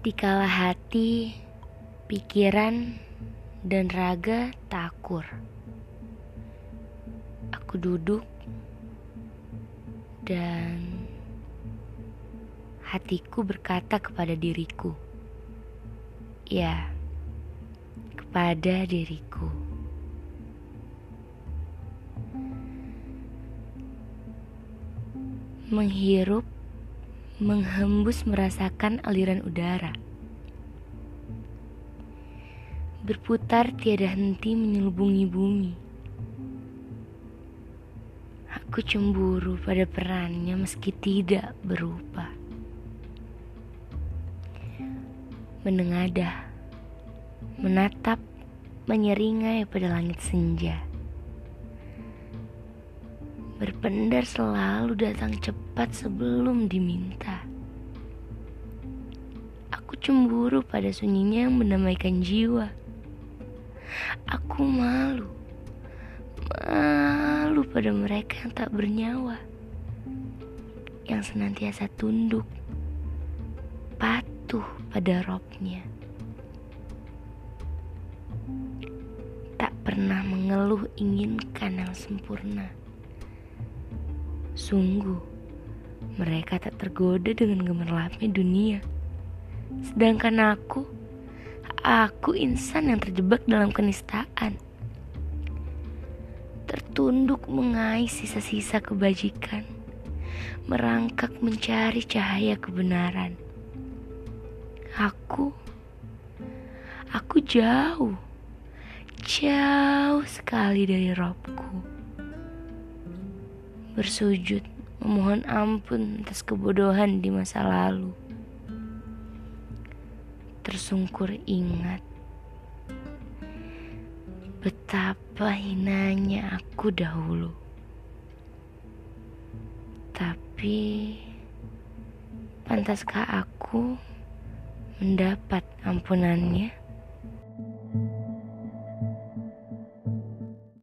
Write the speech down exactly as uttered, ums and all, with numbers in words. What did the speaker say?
Dikala hati, pikiran, dan raga tak akur, aku duduk dan hatiku berkata kepada diriku, ya, kepada diriku. Menghirup, menghembus merasakan aliran udara. Berputar tiada henti menyelubungi bumi. Aku cemburu pada perannya meski tidak berupa. Menengadah, menatap, menyeringai pada langit senja. Berpendar selalu datang cepat sebelum diminta. Aku cemburu pada sunyinya yang mendamaikan jiwa. Aku malu, malu pada mereka yang tak bernyawa, yang senantiasa tunduk, patuh pada robnya. Tak pernah mengeluh inginkan yang sempurna. Sungguh, mereka tak tergoda dengan gemerlapnya dunia. Sedangkan aku, aku insan yang terjebak dalam kenistaan. Tertunduk mengais sisa-sisa kebajikan, merangkak mencari cahaya kebenaran. Aku, aku jauh, jauh sekali dari Robku. Bersujud memohon ampun atas kebodohan di masa lalu. Tersungkur ingat betapa hinanya aku dahulu. Tapi pantaskah aku mendapat ampunannya?